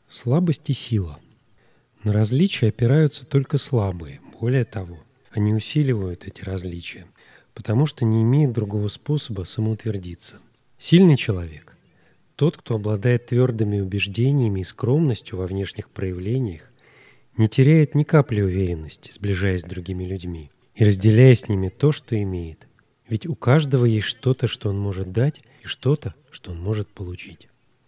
Слабость и сила. На различия опираются только слабые. Более того, они усиливают эти различия, потому что не имеют другого способа самоутвердиться. Сильный человек – тот, кто обладает твердыми убеждениями и скромностью во внешних проявлениях, не теряет ни капли уверенности, сближаясь с другими людьми и разделяя с ними то, что имеет. Ведь у каждого есть что-то, что он может дать, и что-то, что он может получить.